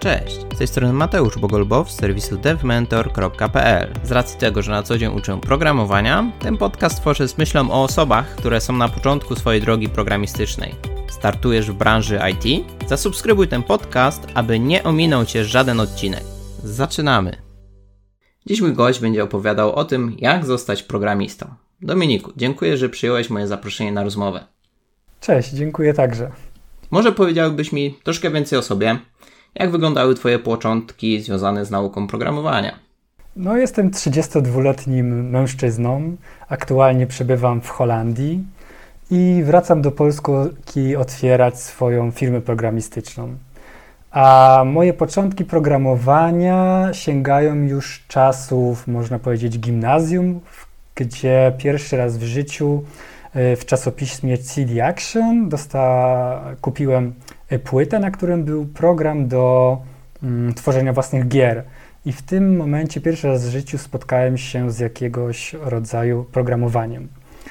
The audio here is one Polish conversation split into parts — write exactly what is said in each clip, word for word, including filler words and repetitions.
Cześć, z tej strony Mateusz Bogolbow z serwisu devmentor kropka p l. Z racji tego, że na co dzień uczę programowania, ten podcast tworzę z myślą o osobach, które są na początku swojej drogi programistycznej. Startujesz w branży I T? Zasubskrybuj ten podcast, aby nie ominął Cię żaden odcinek. Zaczynamy! Dziś mój gość będzie opowiadał o tym, jak zostać programistą. Dominiku, dziękuję, że przyjąłeś moje zaproszenie na rozmowę. Cześć, dziękuję także. Może powiedziałbyś mi troszkę więcej o sobie? Jak wyglądały Twoje początki związane z nauką programowania? No, jestem trzydziestodwuletnim mężczyzną. Aktualnie przebywam w Holandii i wracam do Polski otwierać swoją firmę programistyczną. A moje początki programowania sięgają już czasów, można powiedzieć, gimnazjum, gdzie pierwszy raz w życiu w czasopiśmie C D Action dosta- kupiłem płytę, na którym był program do mm, tworzenia własnych gier. I w tym momencie pierwszy raz w życiu spotkałem się z jakiegoś rodzaju programowaniem.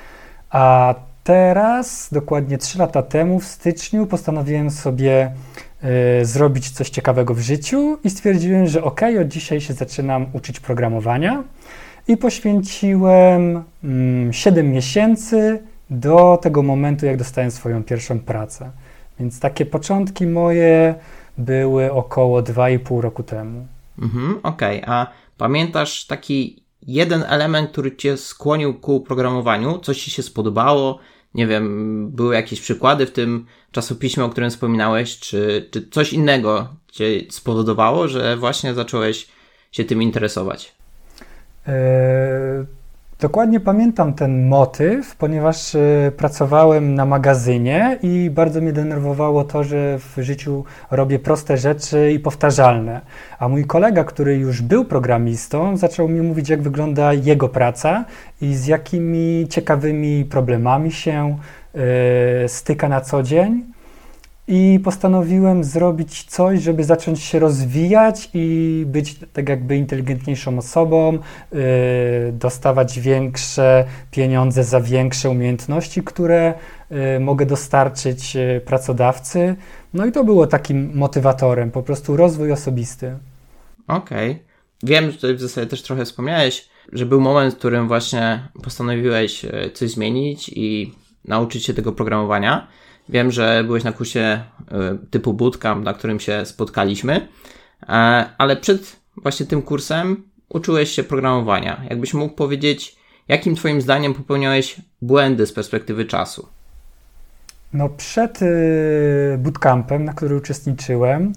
A teraz, dokładnie trzy lata temu, w styczniu, postanowiłem sobie y, zrobić coś ciekawego w życiu i stwierdziłem, że okej, od dzisiaj się zaczynam uczyć programowania. I poświęciłem mm, siedem miesięcy do tego momentu, jak dostałem swoją pierwszą pracę. Więc takie początki moje były około dwa i pół roku temu. Mhm, okej, okay. A pamiętasz taki jeden element, który Cię skłonił ku programowaniu? Coś Ci się spodobało? Nie wiem, były jakieś przykłady w tym czasopiśmie, o którym wspominałeś, czy, czy coś innego Cię spowodowało, że właśnie zacząłeś się tym interesować? Yy, dokładnie pamiętam ten motyw, ponieważ yy, pracowałem na magazynie i bardzo mnie denerwowało to, że w życiu robię proste rzeczy i powtarzalne. A mój kolega, który już był programistą, zaczął mi mówić, jak wygląda jego praca i z jakimi ciekawymi problemami się yy, styka na co dzień. I postanowiłem zrobić coś, żeby zacząć się rozwijać i być tak jakby inteligentniejszą osobą, yy, dostawać większe pieniądze za większe umiejętności, które yy, mogę dostarczyć yy, pracodawcy. No i to było takim motywatorem, po prostu rozwój osobisty. Okej. Okay. Wiem, że tutaj w zasadzie też trochę wspomniałeś, że był moment, w którym właśnie postanowiłeś coś zmienić i nauczyć się tego programowania. Wiem, że byłeś na kursie y, typu bootcamp, na którym się spotkaliśmy, e, ale przed właśnie tym kursem uczyłeś się programowania. Jakbyś mógł powiedzieć, jakim Twoim zdaniem popełniałeś błędy z perspektywy czasu? No przed y, bootcampem, na którym uczestniczyłem,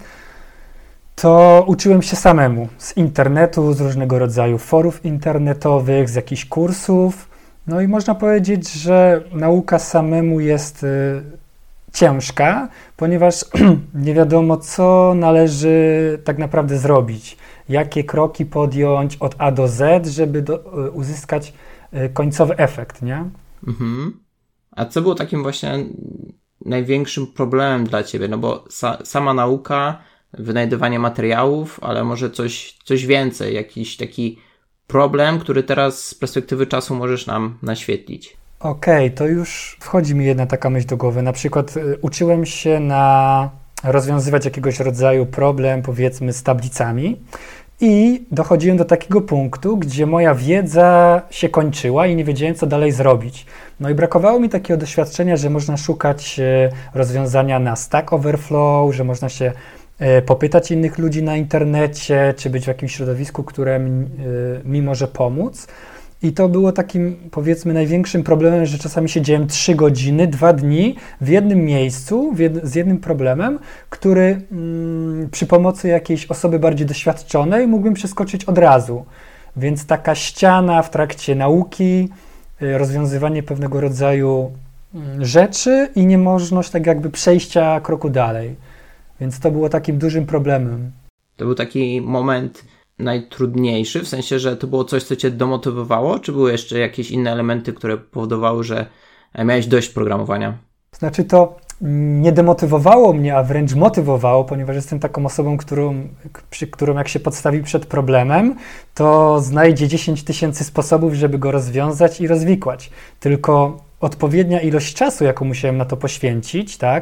to uczyłem się samemu z internetu, z różnego rodzaju forów internetowych, z jakichś kursów. No i można powiedzieć, że nauka samemu jest y, ciężka, ponieważ nie wiadomo, co należy tak naprawdę zrobić, jakie kroki podjąć od A do Z, żeby do, uzyskać końcowy efekt, nie? Mhm. A co było takim właśnie największym problemem dla Ciebie? No bo sa, sama nauka, wynajdywanie materiałów, ale może coś, coś więcej, jakiś taki problem, który teraz z perspektywy czasu możesz nam naświetlić. Okej, okay, to już wchodzi mi jedna taka myśl do głowy. Na przykład y, uczyłem się na rozwiązywać jakiegoś rodzaju problem, powiedzmy, z tablicami i dochodziłem do takiego punktu, gdzie moja wiedza się kończyła i nie wiedziałem, co dalej zrobić. No i brakowało mi takiego doświadczenia, że można szukać y, rozwiązania na Stack Overflow, że można się y, popytać innych ludzi na internecie, czy być w jakimś środowisku, które mi, y, mi może pomóc. I to było takim, powiedzmy, największym problemem, że czasami siedziałem trzy godziny, dwa dni w jednym miejscu jed- z jednym problemem, który mm, przy pomocy jakiejś osoby bardziej doświadczonej mógłbym przeskoczyć od razu. Więc taka ściana w trakcie nauki, y, rozwiązywanie pewnego rodzaju y, rzeczy i niemożność tak jakby przejścia kroku dalej. Więc to było takim dużym problemem. To był taki moment najtrudniejszy, w sensie, że to było coś, co Cię demotywowało, czy były jeszcze jakieś inne elementy, które powodowały, że miałeś dość programowania? Znaczy to nie demotywowało mnie, a wręcz motywowało, ponieważ jestem taką osobą, którą, przy którą jak się podstawi przed problemem, to znajdzie dziesięć tysięcy sposobów, żeby go rozwiązać i rozwikłać. Tylko odpowiednia ilość czasu, jaką musiałem na to poświęcić, tak,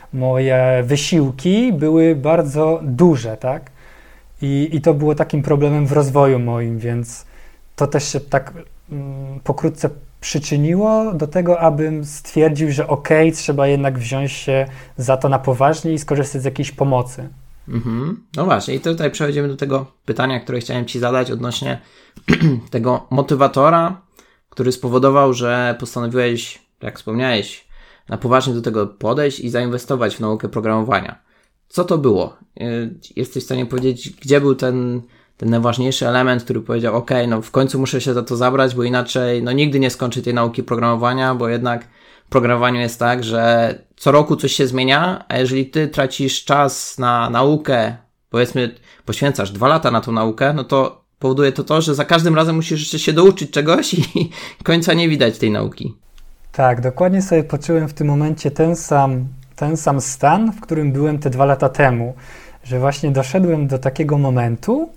moje wysiłki były bardzo duże, tak? I, i to było takim problemem w rozwoju moim, więc to też się tak mm, pokrótce przyczyniło do tego, abym stwierdził, że okej, okay, trzeba jednak wziąć się za to na poważnie i skorzystać z jakiejś pomocy. Mm-hmm. No właśnie, i tutaj przechodzimy do tego pytania, które chciałem Ci zadać odnośnie tego motywatora, który spowodował, że postanowiłeś, jak wspomniałeś, na poważnie do tego podejść i zainwestować w naukę programowania. Co to było? Jesteś w stanie powiedzieć, gdzie był ten, ten najważniejszy element, który powiedział, ok, no w końcu muszę się za to zabrać, bo inaczej no nigdy nie skończę tej nauki programowania, bo jednak w programowaniu jest tak, że co roku coś się zmienia, a jeżeli ty tracisz czas na naukę, powiedzmy poświęcasz dwa lata na tą naukę, no to powoduje to to, że za każdym razem musisz jeszcze się douczyć czegoś i końca nie widać tej nauki. Tak, dokładnie sobie poczułem w tym momencie ten sam, ten sam stan, w którym byłem te dwa lata temu, że właśnie doszedłem do takiego momentu,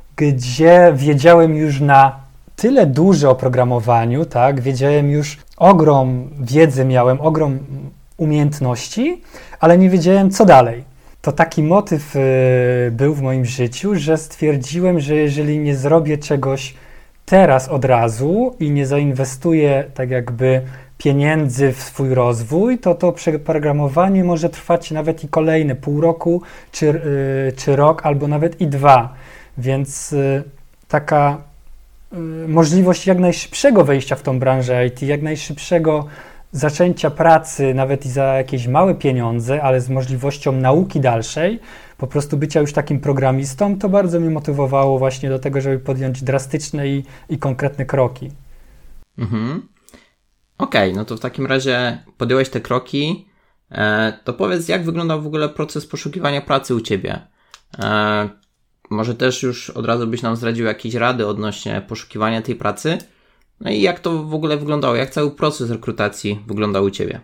gdzie wiedziałem już na tyle dużo o programowaniu, tak, wiedziałem już ogrom wiedzy, miałem ogrom umiejętności, ale nie wiedziałem co dalej. To taki motyw y, był w moim życiu, że stwierdziłem, że jeżeli nie zrobię czegoś teraz od razu i nie zainwestuję tak jakby pieniędzy w swój rozwój, to to przeprogramowanie może trwać nawet i kolejne pół roku, czy, y, czy rok, albo nawet i dwa. Więc y, taka y, możliwość jak najszybszego wejścia w tą branżę I T, jak najszybszego zaczęcia pracy, nawet i za jakieś małe pieniądze, ale z możliwością nauki dalszej, po prostu bycia już takim programistą, to bardzo mnie motywowało właśnie do tego, żeby podjąć drastyczne i, i konkretne kroki. Mhm. Okej, okay, no to w takim razie podjąłeś te kroki, e, to powiedz, jak wyglądał w ogóle proces poszukiwania pracy u Ciebie? E, może też już od razu byś nam zdradził jakieś rady odnośnie poszukiwania tej pracy? No i jak to w ogóle wyglądało? Jak cały proces rekrutacji wyglądał u Ciebie?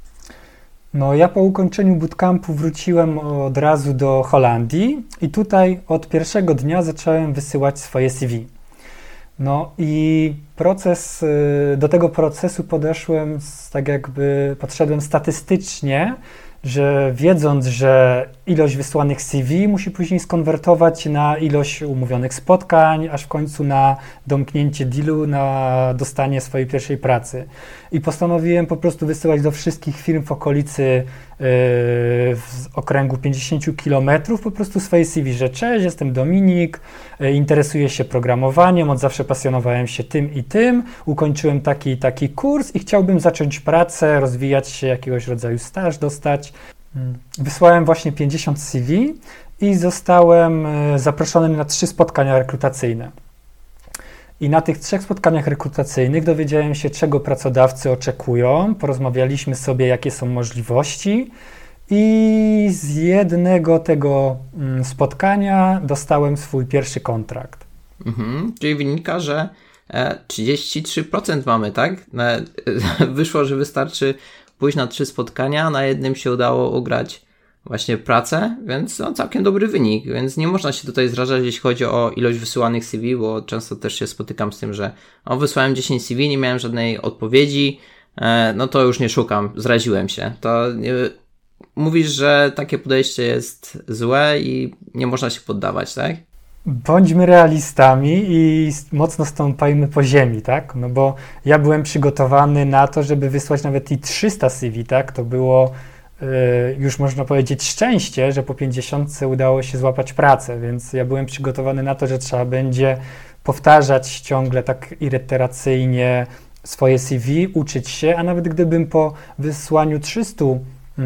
No ja po ukończeniu bootcampu wróciłem od razu do Holandii i tutaj od pierwszego dnia zacząłem wysyłać swoje C V. No i proces, do tego procesu podeszłem, tak jakby podszedłem statystycznie, że wiedząc, że ilość wysłanych C V musi później skonwertować na ilość umówionych spotkań, aż w końcu na domknięcie dealu, na dostanie swojej pierwszej pracy. I postanowiłem po prostu wysyłać do wszystkich firm w okolicy yy, w okręgu pięćdziesiąt kilometrów po prostu swoje C V, że cześć, jestem Dominik, yy, interesuję się programowaniem, od zawsze pasjonowałem się tym i tym, ukończyłem taki i taki kurs i chciałbym zacząć pracę, rozwijać się, jakiegoś rodzaju staż dostać. Wysłałem właśnie pięćdziesiąt C V i zostałem zaproszony na trzy spotkania rekrutacyjne. I na tych trzech spotkaniach rekrutacyjnych dowiedziałem się, czego pracodawcy oczekują, porozmawialiśmy sobie, jakie są możliwości i z jednego tego spotkania dostałem swój pierwszy kontrakt. Mhm, czyli wynika, że trzydzieści trzy procent mamy, tak? Wyszło, że wystarczy pójść na trzy spotkania, na jednym się udało ugrać właśnie pracę, więc no, całkiem dobry wynik, więc nie można się tutaj zrażać, jeśli chodzi o ilość wysyłanych C V, bo często też się spotykam z tym, że o, wysłałem dziesięć C V, nie miałem żadnej odpowiedzi, e, no to już nie szukam, zraziłem się. To nie, mówisz, że takie podejście jest złe i nie można się poddawać, tak? Bądźmy realistami i mocno stąpajmy po ziemi, tak? No bo ja byłem przygotowany na to, żeby wysłać nawet i trzysta C V, tak? To było yy, już można powiedzieć szczęście, że po pięćdziesiątce udało się złapać pracę, więc ja byłem przygotowany na to, że trzeba będzie powtarzać ciągle tak irytacyjnie swoje C V, uczyć się, a nawet gdybym po wysłaniu trzystu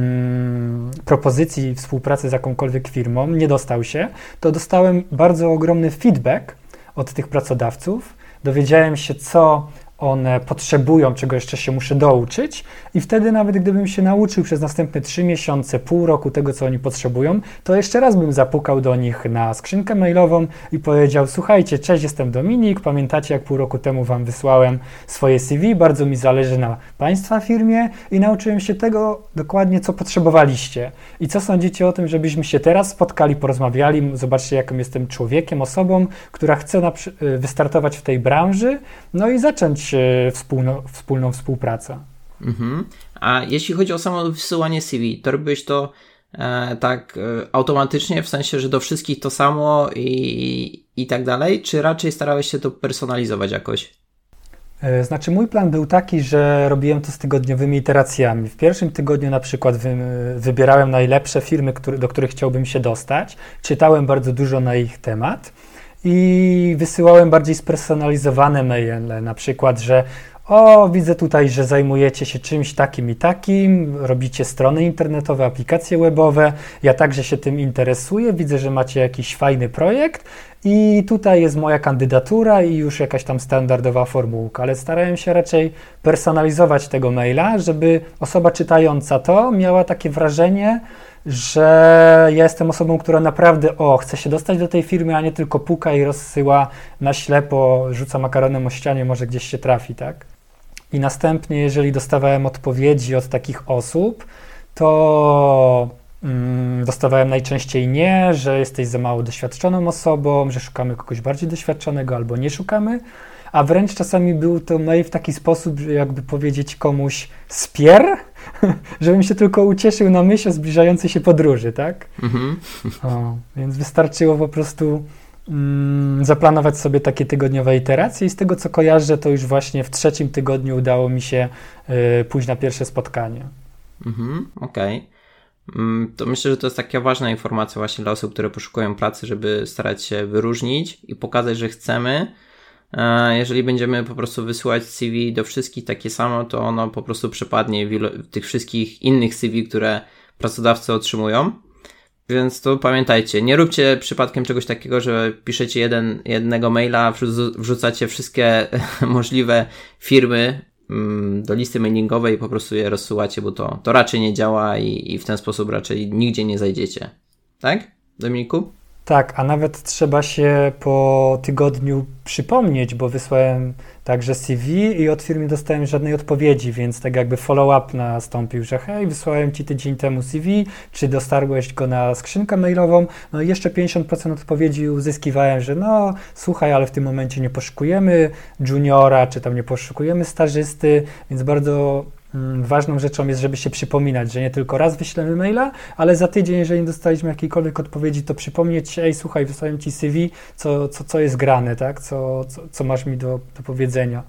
propozycji współpracy z jakąkolwiek firmą nie dostał się, to dostałem bardzo ogromny feedback od tych pracodawców. Dowiedziałem się, co one potrzebują, czego jeszcze się muszę douczyć i wtedy nawet gdybym się nauczył przez następne trzy miesiące, pół roku tego, co oni potrzebują, to jeszcze raz bym zapukał do nich na skrzynkę mailową i powiedział: słuchajcie, cześć, jestem Dominik, pamiętacie, jak pół roku temu wam wysłałem swoje C V, bardzo mi zależy na państwa firmie i nauczyłem się tego dokładnie, co potrzebowaliście. I co sądzicie o tym, żebyśmy się teraz spotkali, porozmawiali, zobaczcie, jakim jestem człowiekiem, osobą, która chce na, wystartować w tej branży, no i zacząć Wspólno, wspólną współpracę. Mhm. A jeśli chodzi o samo wysyłanie C V, to robiłeś to e, tak e, automatycznie, w sensie, że do wszystkich to samo i, i tak dalej, czy raczej starałeś się to personalizować jakoś? Znaczy mój plan był taki, że robiłem to z tygodniowymi iteracjami. W pierwszym tygodniu na przykład wy, wybierałem najlepsze firmy, który, do których chciałbym się dostać, czytałem bardzo dużo na ich temat i wysyłałem bardziej spersonalizowane maile, na przykład, że o, widzę tutaj, że zajmujecie się czymś takim i takim, robicie strony internetowe, aplikacje webowe, ja także się tym interesuję, widzę, że macie jakiś fajny projekt i tutaj jest moja kandydatura i już jakaś tam standardowa formułka, ale starałem się raczej personalizować tego maila, żeby osoba czytająca to miała takie wrażenie, że ja jestem osobą, która naprawdę o, chce się dostać do tej firmy, a nie tylko puka i rozsyła na ślepo, rzuca makaronem o ścianie, może gdzieś się trafi, tak? I następnie, jeżeli dostawałem odpowiedzi od takich osób, to mm, dostawałem najczęściej nie, że jesteś za mało doświadczoną osobą, że szukamy kogoś bardziej doświadczonego albo nie szukamy, a wręcz czasami był to mail w taki sposób, że jakby powiedzieć komuś spier, żebym się tylko ucieszył na myśl o zbliżającej się podróży, tak? Mhm. O, więc wystarczyło po prostu mm, zaplanować sobie takie tygodniowe iteracje i z tego, co kojarzę, to już właśnie w trzecim tygodniu udało mi się y, pójść na pierwsze spotkanie. Mhm, okej. Okay. To myślę, że to jest taka ważna informacja właśnie dla osób, które poszukują pracy, żeby starać się wyróżnić i pokazać, że chcemy. Jeżeli będziemy po prostu wysyłać C V do wszystkich takie samo, to ono po prostu przepadnie w, ilo- w tych wszystkich innych C V, które pracodawcy otrzymują. Więc to pamiętajcie, nie róbcie przypadkiem czegoś takiego, że piszecie jeden, jednego maila, wrzu- wrzucacie wszystkie możliwe firmy mm, do listy mailingowej i po prostu je rozsyłacie, bo to, to raczej nie działa i, i w ten sposób raczej nigdzie nie zajdziecie. Tak, Dominiku? Tak, a nawet trzeba się po tygodniu przypomnieć, bo wysłałem także C V i od firmy nie dostałem żadnej odpowiedzi, więc tak jakby follow-up nastąpił, że hej, wysłałem Ci tydzień temu C V, czy dostarłeś go na skrzynkę mailową, no i jeszcze pięćdziesiąt procent odpowiedzi uzyskiwałem, że no słuchaj, ale w tym momencie nie poszukujemy juniora, czy tam nie poszukujemy stażysty, więc bardzo ważną rzeczą jest, żeby się przypominać, że nie tylko raz wyślemy maila, ale za tydzień, jeżeli nie dostaliśmy jakiejkolwiek odpowiedzi, to przypomnieć się, ej, słuchaj, wysłałem Ci C V, co, co, co jest grane, tak? Co, co, co masz mi do, do powiedzenia.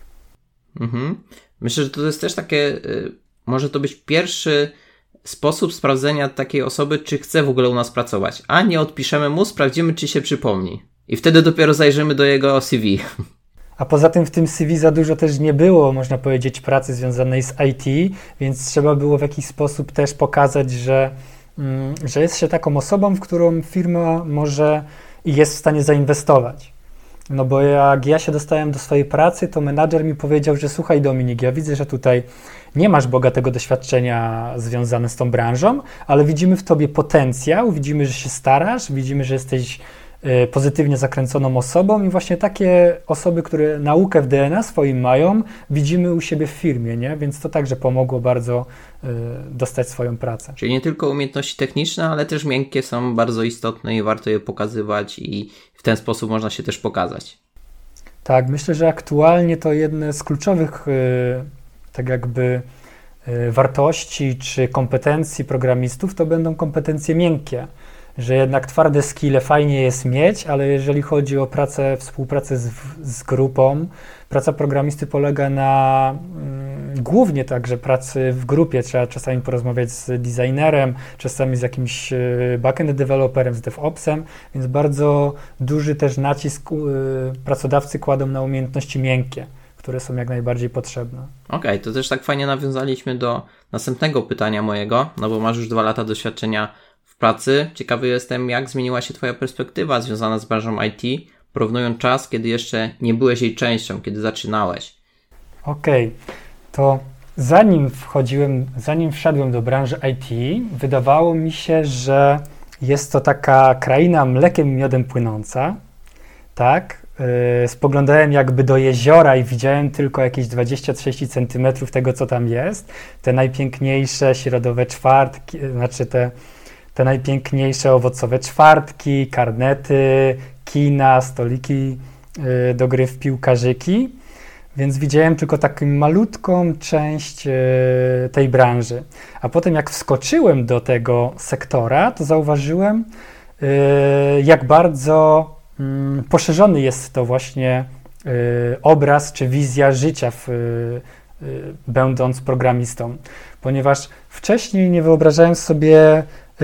Mhm. Myślę, że to jest też takie, y, może to być pierwszy sposób sprawdzenia takiej osoby, czy chce w ogóle u nas pracować, a nie odpiszemy mu, sprawdzimy, czy się przypomni. I wtedy dopiero zajrzymy do jego C V. A poza tym w tym C V za dużo też nie było, można powiedzieć, pracy związanej z I T, więc trzeba było w jakiś sposób też pokazać, że, mm, że jest się taką osobą, w którą firma może i jest w stanie zainwestować. No bo jak ja się dostałem do swojej pracy, to menadżer mi powiedział, że słuchaj Dominik, ja widzę, że tutaj nie masz bogatego doświadczenia związane z tą branżą, ale widzimy w tobie potencjał, widzimy, że się starasz, widzimy, że jesteś pozytywnie zakręconą osobą i właśnie takie osoby, które naukę w D N A swoim mają, widzimy u siebie w firmie, nie? Więc to także pomogło bardzo y, dostać swoją pracę. Czyli nie tylko umiejętności techniczne, ale też miękkie są bardzo istotne i warto je pokazywać i w ten sposób można się też pokazać. Tak, myślę, że aktualnie to jedne z kluczowych y, tak jakby y, wartości czy kompetencji programistów to będą kompetencje miękkie. Że jednak twarde skille fajnie jest mieć, ale jeżeli chodzi o pracę, współpracę z, z grupą, praca programisty polega na mm, głównie także pracy w grupie. Trzeba czasami porozmawiać z designerem, czasami z jakimś y, backend developerem, z DevOpsem, więc bardzo duży też nacisk y, pracodawcy kładą na umiejętności miękkie, które są jak najbardziej potrzebne. Okej, okay, to też tak fajnie nawiązaliśmy do następnego pytania mojego, no bo masz już dwa lata doświadczenia w pracy. Ciekawy jestem, jak zmieniła się Twoja perspektywa związana z branżą I T, porównując czas, kiedy jeszcze nie byłeś jej częścią, kiedy zaczynałeś. Okej, okay. To zanim wchodziłem, zanim wszedłem do branży I T, wydawało mi się, że jest to taka kraina mlekiem miodem płynąca, tak? Yy, spoglądałem jakby do jeziora i widziałem tylko jakieś dwadzieścia trzydzieści centymetrów tego, co tam jest. Te najpiękniejsze środowe czwartki, znaczy te Te najpiękniejsze owocowe czwartki, karnety, kina, stoliki y, do gry w piłkarzyki. Więc widziałem tylko taką malutką część tej branży. A potem jak wskoczyłem do tego sektora, to zauważyłem, jak bardzo poszerzony jest to właśnie obraz czy wizja życia, w, będąc programistą. Ponieważ wcześniej nie wyobrażałem sobie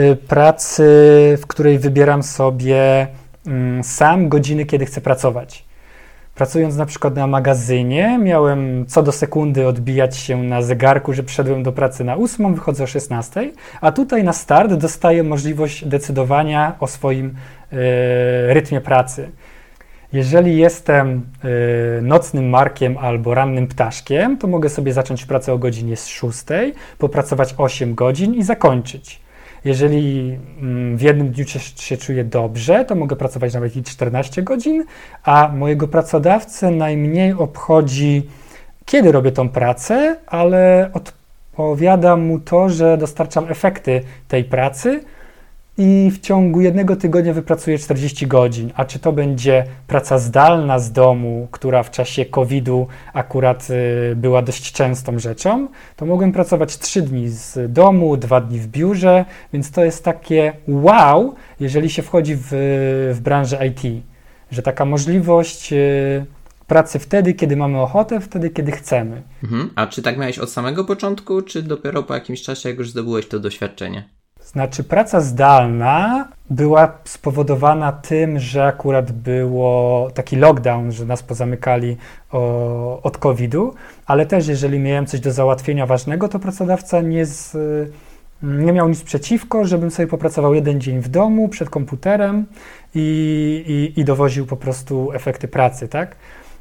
pracy, w której wybieram sobie sam godziny, kiedy chcę pracować. Pracując na przykład na magazynie, miałem co do sekundy odbijać się na zegarku, że przyszedłem do pracy na ósmą, wychodzę o szesnastej, a tutaj na start dostaję możliwość decydowania o swoim y, rytmie pracy. Jeżeli jestem y, nocnym markiem albo rannym ptaszkiem, to mogę sobie zacząć pracę o godzinie szóstej, popracować osiem godzin i zakończyć. Jeżeli w jednym dniu się, się czuję dobrze, to mogę pracować nawet i czternaście godzin, a mojego pracodawcę najmniej obchodzi, kiedy robię tą pracę, ale odpowiada mu to, że dostarczam efekty tej pracy i w ciągu jednego tygodnia wypracuję czterdzieści godzin. A czy to będzie praca zdalna z domu, która w czasie kowida akurat y, była dość częstą rzeczą, to mogłem pracować trzy dni z domu, dwa dni w biurze, więc to jest takie wow, jeżeli się wchodzi w, w branżę I T, że taka możliwość y, pracy wtedy, kiedy mamy ochotę, wtedy, kiedy chcemy. Mhm. A czy tak miałeś od samego początku, czy dopiero po jakimś czasie, jak już zdobyłeś to doświadczenie? Znaczy praca zdalna była spowodowana tym, że akurat było taki lockdown, że nas pozamykali o, od kowida, ale też jeżeli miałem coś do załatwienia ważnego, to pracodawca nie, z, nie miał nic przeciwko, żebym sobie popracował jeden dzień w domu przed komputerem i, i, i dowoził po prostu efekty pracy, tak?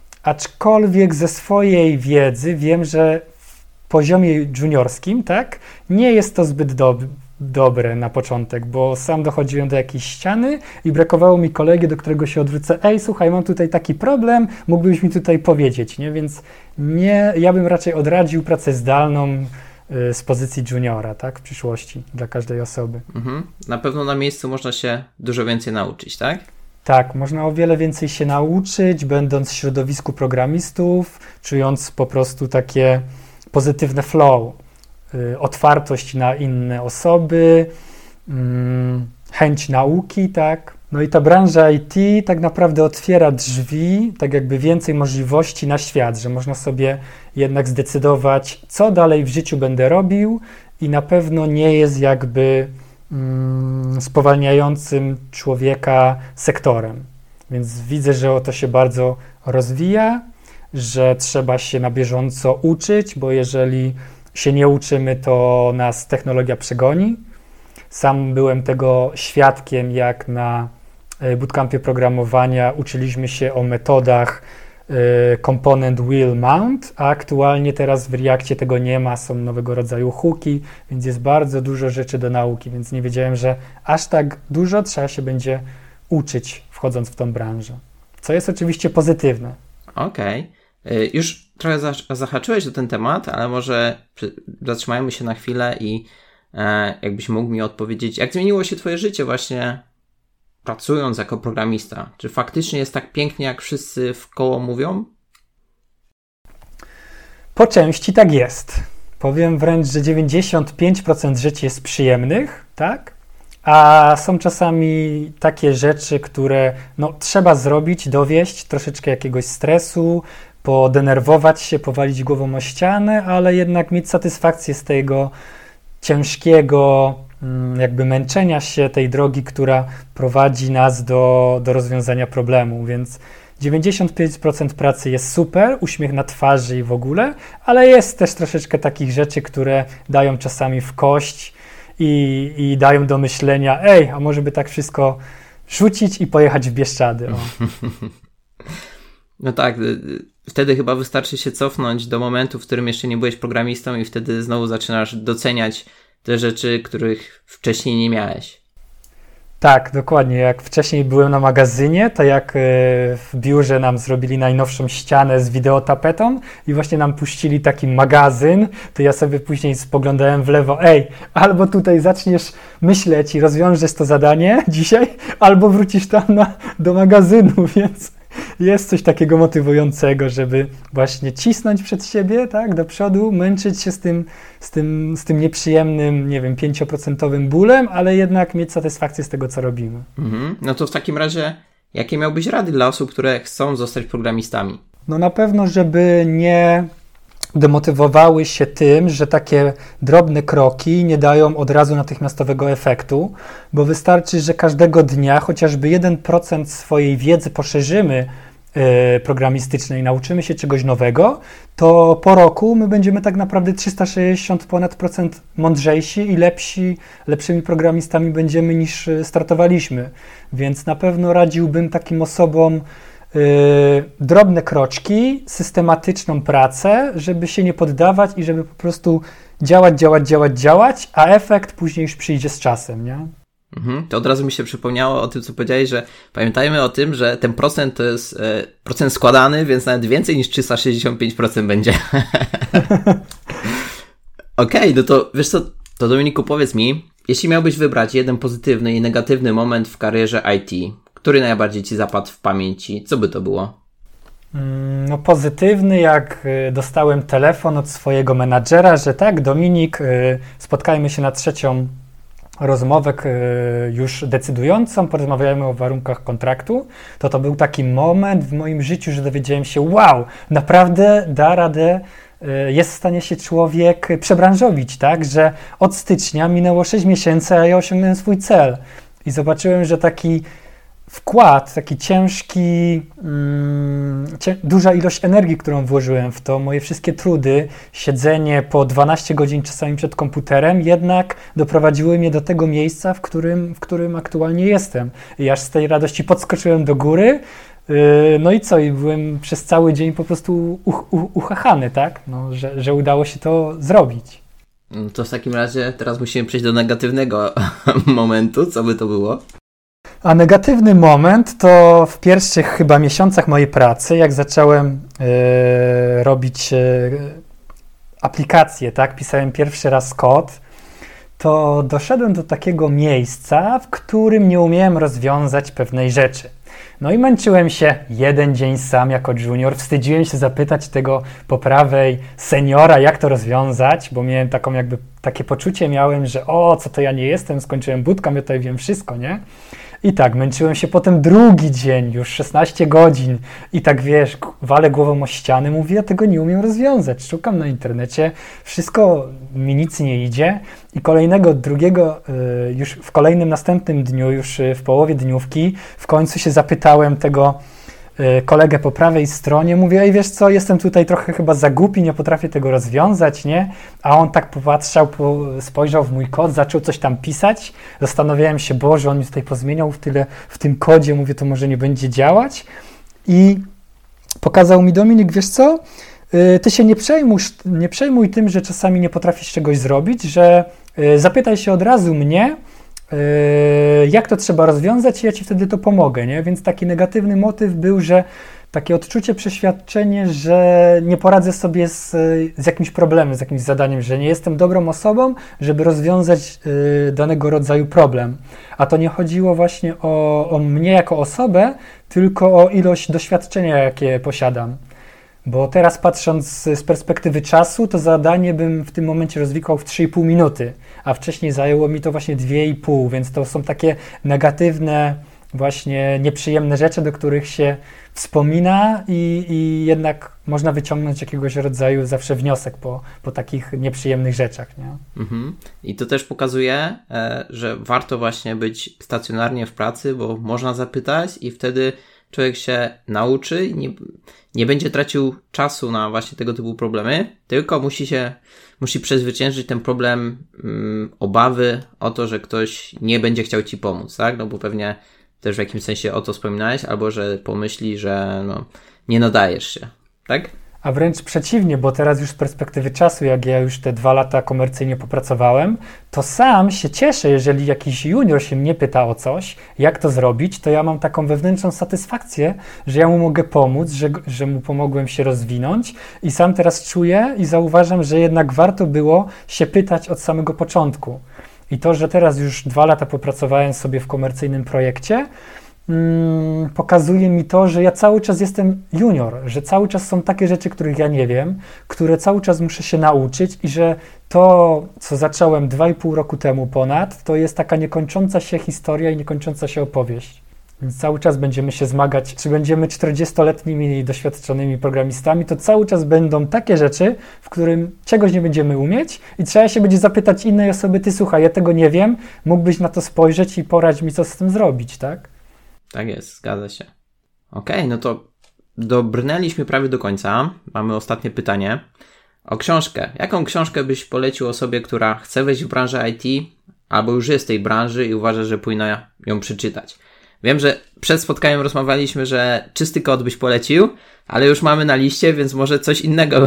Aczkolwiek ze swojej wiedzy wiem, że w poziomie juniorskim, tak, nie jest to zbyt dobre. dobre na początek, bo sam dochodziłem do jakiejś ściany i brakowało mi kolegi, do którego się odwrócę. Ej, słuchaj, mam tutaj taki problem, mógłbyś mi tutaj powiedzieć, nie? Więc nie, ja bym raczej odradził pracę zdalną y, z pozycji juniora, tak? W przyszłości dla każdej osoby. Mhm. Na pewno na miejscu można się dużo więcej nauczyć, tak? Tak, można o wiele więcej się nauczyć, będąc w środowisku programistów, czując po prostu takie pozytywne flow. Otwartość na inne osoby, chęć nauki, tak. No i ta branża I T tak naprawdę otwiera drzwi, tak jakby więcej możliwości na świat, że można sobie jednak zdecydować, co dalej w życiu będę robił i na pewno nie jest jakby mm, spowalniającym człowieka sektorem. Więc widzę, że to się bardzo rozwija, że trzeba się na bieżąco uczyć, bo jeżeli się nie uczymy, to nas technologia przegoni. Sam byłem tego świadkiem, jak na bootcampie programowania uczyliśmy się o metodach component wheel mount, a aktualnie teraz w Reactie tego nie ma, są nowego rodzaju hooki, więc jest bardzo dużo rzeczy do nauki, więc nie wiedziałem, że aż tak dużo trzeba się będzie uczyć, wchodząc w tą branżę, co jest oczywiście pozytywne. Okej. Okay. Już trochę zahaczyłeś o ten temat, ale może zatrzymajmy się na chwilę i e, jakbyś mógł mi odpowiedzieć, jak zmieniło się twoje życie właśnie pracując jako programista? Czy faktycznie jest tak pięknie, jak wszyscy wkoło mówią? Po części tak jest. Powiem wręcz, że dziewięćdziesiąt pięć procent rzeczy jest przyjemnych, tak? A są czasami takie rzeczy, które no, trzeba zrobić, dowieść, troszeczkę jakiegoś stresu, podenerwować się, powalić głową o ścianę, ale jednak mieć satysfakcję z tego ciężkiego jakby męczenia się, tej drogi, która prowadzi nas do, do rozwiązania problemu, więc dziewięćdziesiąt pięć procent pracy jest super, uśmiech na twarzy i w ogóle, ale jest też troszeczkę takich rzeczy, które dają czasami w kość i, i dają do myślenia, ej, a może by tak wszystko rzucić i pojechać w Bieszczady. O. No tak, wtedy chyba wystarczy się cofnąć do momentu, w którym jeszcze nie byłeś programistą i wtedy znowu zaczynasz doceniać te rzeczy, których wcześniej nie miałeś. Tak, dokładnie. Jak wcześniej byłem na magazynie, to jak w biurze nam zrobili najnowszą ścianę z wideotapetą i właśnie nam puścili taki magazyn, to ja sobie później spoglądałem w lewo, ej, albo tutaj zaczniesz myśleć i rozwiążesz to zadanie dzisiaj, albo wrócisz tam na, do magazynu, więc jest coś takiego motywującego, żeby właśnie cisnąć przed siebie, tak, do przodu, męczyć się z tym, z tym, z tym nieprzyjemnym, nie wiem, pięcioprocentowym bólem, ale jednak mieć satysfakcję z tego, co robimy. Mhm. No to w takim razie, jakie miałbyś rady dla osób, które chcą zostać programistami? No na pewno, żeby nie demotywowały się tym, że takie drobne kroki nie dają od razu natychmiastowego efektu, bo wystarczy, że każdego dnia chociażby jeden procent swojej wiedzy poszerzymy yy, programistycznej, nauczymy się czegoś nowego, to po roku my będziemy tak naprawdę trzysta sześćdziesiąt ponad procent mądrzejsi i lepsi, lepszymi programistami będziemy niż startowaliśmy. Więc na pewno radziłbym takim osobom Yy, drobne kroczki, systematyczną pracę, żeby się nie poddawać i żeby po prostu działać, działać, działać, działać, a efekt później już przyjdzie z czasem, nie? Mhm. To od razu mi się przypomniało o tym, co powiedziałeś, że pamiętajmy o tym, że ten procent to jest e, procent składany, więc nawet więcej niż trzysta sześćdziesiąt pięć procent będzie. Okej, okay, no to wiesz co, to Dominiku, powiedz mi, jeśli miałbyś wybrać jeden pozytywny i negatywny moment w karierze I T, który najbardziej ci zapadł w pamięci? Co by to było? No pozytywny, jak dostałem telefon od swojego menadżera, że tak, Dominik, spotkajmy się na trzecią rozmowę już decydującą, porozmawiajmy o warunkach kontraktu, to to był taki moment w moim życiu, że dowiedziałem się, wow, naprawdę da radę, jest w stanie się człowiek przebranżowić, tak, że od stycznia minęło sześć miesięcy, a ja osiągnąłem swój cel i zobaczyłem, że taki wkład, taki ciężki, mm, cię, duża ilość energii, którą włożyłem w to, moje wszystkie trudy, siedzenie po dwanaście godzin czasami przed komputerem, jednak doprowadziły mnie do tego miejsca, w którym, w którym aktualnie jestem. I aż z tej radości podskoczyłem do góry, yy, no i co? I byłem przez cały dzień po prostu uch, uch, uchachany, tak? No, że, że udało się to zrobić. No to w takim razie teraz musimy przejść do negatywnego momentu. Co by to było? A negatywny moment to w pierwszych chyba miesiącach mojej pracy, jak zacząłem e, robić e, aplikacje, tak, pisałem pierwszy raz kod, to doszedłem do takiego miejsca, w którym nie umiałem rozwiązać pewnej rzeczy. No i męczyłem się jeden dzień sam jako junior, wstydziłem się zapytać tego po prawej seniora, jak to rozwiązać, bo miałem taką jakby, takie poczucie miałem, że o, co to ja nie jestem, skończyłem bootcamp, ja tutaj wiem wszystko, nie? I tak, męczyłem się potem drugi dzień, już szesnaście godzin i tak wiesz, walę głową o ściany, mówię, ja tego nie umiem rozwiązać, szukam na internecie, wszystko mi nic nie idzie i kolejnego, drugiego, już w kolejnym następnym dniu, już w połowie dniówki, w końcu się zapytałem tego kolegę po prawej stronie, mówię, ej, wiesz co, jestem tutaj trochę chyba za głupi, nie potrafię tego rozwiązać, nie? A on tak popatrzał, po, spojrzał w mój kod, zaczął coś tam pisać, zastanawiałem się, Boże, on mi tutaj pozmieniał w tyle, w tym kodzie, mówię, to może nie będzie działać i pokazał mi, Dominik, wiesz co, ty się nie przejmuj, nie przejmuj tym, że czasami nie potrafisz czegoś zrobić, że zapytaj się od razu mnie, jak to trzeba rozwiązać i ja ci wtedy to pomogę, nie? Więc taki negatywny motyw był, że takie odczucie, przeświadczenie, że nie poradzę sobie z, z jakimś problemem, z jakimś zadaniem, że nie jestem dobrą osobą, żeby rozwiązać y, danego rodzaju problem. A to nie chodziło właśnie o, o mnie jako osobę, tylko o ilość doświadczenia, jakie posiadam. Bo teraz patrząc z perspektywy czasu, to zadanie bym w tym momencie rozwikłał w trzy i pół minuty, a wcześniej zajęło mi to właśnie dwie i pół, więc to są takie negatywne, właśnie nieprzyjemne rzeczy, do których się wspomina i, i jednak można wyciągnąć jakiegoś rodzaju zawsze wniosek po, po takich nieprzyjemnych rzeczach, nie? Mhm. I to też pokazuje, że warto właśnie być stacjonarnie w pracy, bo można zapytać i wtedy człowiek się nauczy i nie, nie będzie tracił czasu na właśnie tego typu problemy, tylko musi się, musi przezwyciężyć ten problem um, obawy o to, że ktoś nie będzie chciał ci pomóc, tak? No bo pewnie też w jakimś sensie o to wspominałeś, albo że pomyśli, że no, nie nadajesz się, tak? A wręcz przeciwnie, bo teraz już z perspektywy czasu, jak ja już te dwa lata komercyjnie popracowałem, to sam się cieszę, jeżeli jakiś junior się mnie pyta o coś, jak to zrobić, to ja mam taką wewnętrzną satysfakcję, że ja mu mogę pomóc, że, że mu pomogłem się rozwinąć i sam teraz czuję i zauważam, że jednak warto było się pytać od samego początku. I to, że teraz już dwa lata popracowałem sobie w komercyjnym projekcie, mm, pokazuje mi to, że ja cały czas jestem junior, że cały czas są takie rzeczy, których ja nie wiem, które cały czas muszę się nauczyć i że to, co zacząłem dwa i pół roku temu ponad, to jest taka niekończąca się historia i niekończąca się opowieść. Więc cały czas będziemy się zmagać, czy będziemy czterdziestoletnimi doświadczonymi programistami, to cały czas będą takie rzeczy, w którym czegoś nie będziemy umieć i trzeba się będzie zapytać innej osoby, ty słuchaj, ja tego nie wiem, mógłbyś na to spojrzeć i poradź mi, co z tym zrobić, tak? Tak jest, zgadza się. Okej, okay, no to dobrnęliśmy prawie do końca. Mamy ostatnie pytanie. O książkę. Jaką książkę byś polecił osobie, która chce wejść w branżę I T albo już jest w tej branży i uważa, że powinna ją przeczytać? Wiem, że przed spotkaniem rozmawialiśmy, że czysty kod byś polecił, ale już mamy na liście, więc może coś innego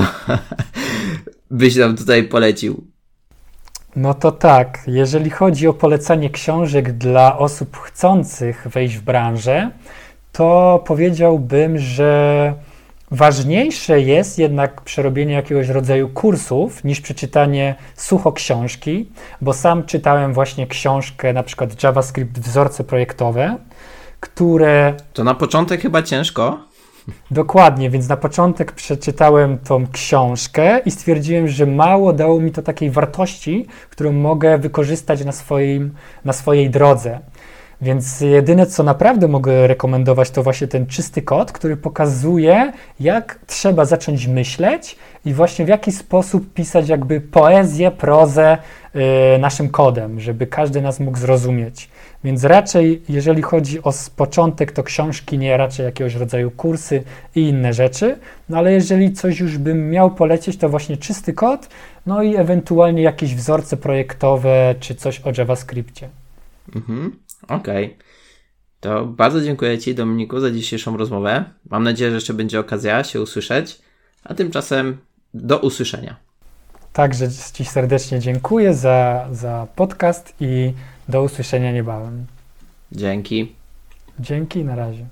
byś nam tutaj polecił. No to tak, jeżeli chodzi o polecanie książek dla osób chcących wejść w branżę, to powiedziałbym, że ważniejsze jest jednak przerobienie jakiegoś rodzaju kursów niż przeczytanie sucho książki, bo sam czytałem właśnie książkę, na przykład JavaScript wzorce projektowe, które... To na początek chyba ciężko. Dokładnie, więc na początek przeczytałem tą książkę i stwierdziłem, że mało dało mi to takiej wartości, którą mogę wykorzystać na, swoim, na swojej drodze. Więc jedyne, co naprawdę mogę rekomendować, to właśnie ten czysty kod, który pokazuje, jak trzeba zacząć myśleć i właśnie w jaki sposób pisać jakby poezję, prozę yy, naszym kodem, żeby każdy nas mógł zrozumieć. Więc raczej, jeżeli chodzi o początek, to książki, nie raczej jakiegoś rodzaju kursy i inne rzeczy, no ale jeżeli coś już bym miał polecieć, to właśnie czysty kod, no i ewentualnie jakieś wzorce projektowe, czy coś o JavaScriptie. Mhm. Okej. Okay. To bardzo dziękuję Ci, Dominiku, za dzisiejszą rozmowę. Mam nadzieję, że jeszcze będzie okazja się usłyszeć, a tymczasem do usłyszenia. Także Ci serdecznie dziękuję za, za podcast i do usłyszenia niebawem. Dzięki. Dzięki, na razie.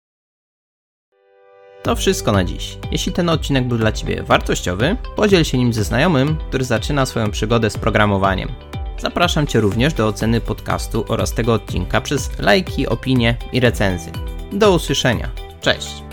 To wszystko na dziś. Jeśli ten odcinek był dla Ciebie wartościowy, podziel się nim ze znajomym, który zaczyna swoją przygodę z programowaniem. Zapraszam Cię również do oceny podcastu oraz tego odcinka przez lajki, opinie i recenzje. Do usłyszenia. Cześć!